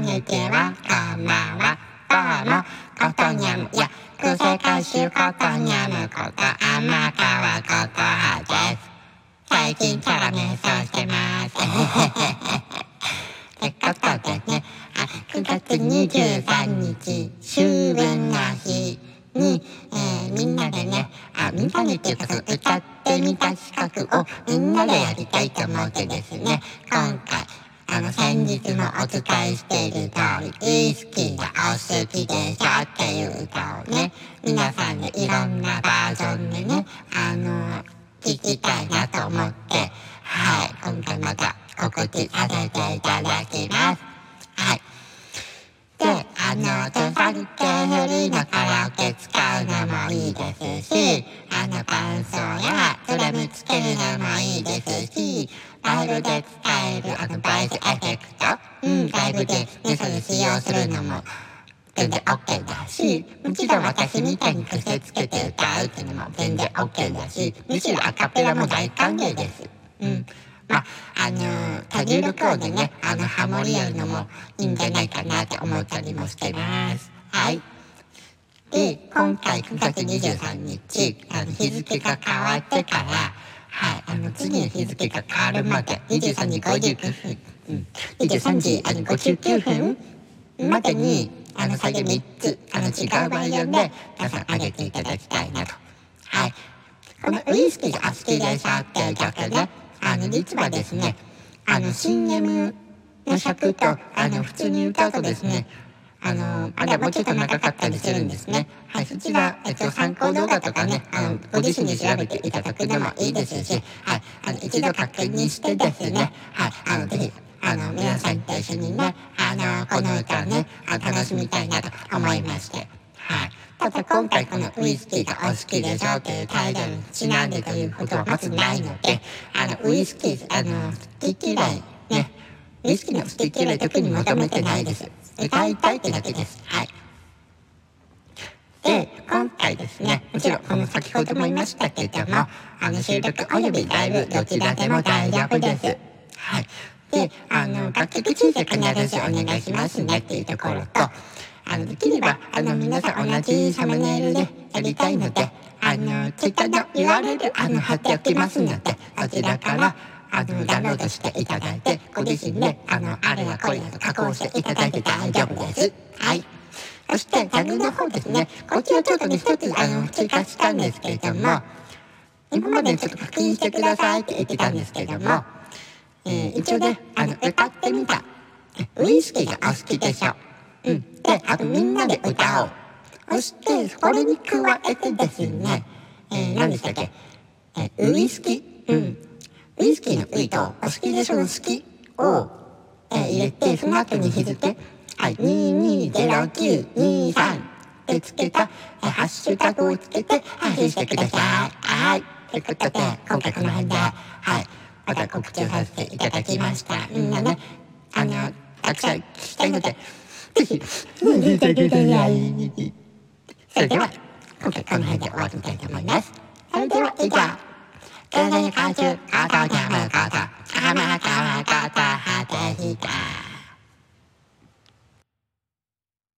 にちは、こんばんは。どうも、ことにゃむや、癖歌手ことにゃむこと、天川ことはです。最近キャラ迷走してます。ってことでね、9月23日、秋分の日に、みんなでね、みんなでっていうかその歌ってみた企画をみんなでやりたいと思ってですね、今回、先日もお伝えしている通り、ウイスキーがお好きでしょっていう歌をね、皆さんでいろんなバージョンでね、聞きたいなと思って、はい、今回また告知させていただきます。はい。で、著作権フリーのカラオケ使うのもいいですし、伴奏やドラムつけるのもいいですし、ライブで使えるバイスエフェクト、ライブでね、それ使用するのも全然 OK だし、もちろん私みたいに癖つけて歌うっていうのも全然 OK だし、むしろアカペラも大歓迎です。多重録音でね、ハモリ合うのもいいんじゃないかなって思ったりもしてます。はい。で、今回9月23日、日付が変わってから、はい、次の日付が変わるまで、23時59分、23時59分までに、最初3つ、違うバージョンで、皆さん上げていただきたいなと。はい。このウイスキーがお好きでしょっていう曲ね、実はですね、CM の尺と、普通に歌うとですね、あれはもうちょっと長かったりするんですね。はい、そちら、参考動画とかね、ご自身で調べていただくのもいいですし、はい、一度確認してですね、はい、ぜひ、皆さんと一緒にね、この歌をね、楽しみたいなと思いまして、はい。ただ今回このウイスキーがお好きでしょというタイトルにちなんでということはまずないので、ウイスキー、好き嫌い、ね、ウイスキーの好き嫌い特に求めてないです。歌いたいってだけです。はい。で、今回ですね、もちろん先ほども言いましたけども、収録およびライブどちらでも大丈夫です。はい。で、楽曲申請必ずお願いしますねっていうところと、できれば、皆さん同じサムネイルでやりたいので、Twitter の URL、貼っておきますので、そちらから、ダウンロードしていただいて、ご自身で、あれやこれやと加工していただいて大丈夫です。はい。そして、タグの方ですね、こちらちょっとね、一つ、追加したんですけれども、今までちょっと確認してくださいって言ってたんですけども、一応ね、歌ってみた、ウイスキーがお好きでしょ。で、みんなで歌おう。そして、それに加えてですね、何でしたっけ、ウイスキー、ウイスキーのウイと、お好きでしょの好きを、入れて、その後に日付、はい、220923ってつけた、ハッシュタグをつけて、配信してください。はい。ということで、今回この辺で、はい、また告知をさせていただきました。みんなね、たくさん聞きたいので、ぜひ、聞いてください。それでは、今回この辺で終わりたいと思います。それでは、以上。経済歌手、ことにゃむこと、天川ことはでした。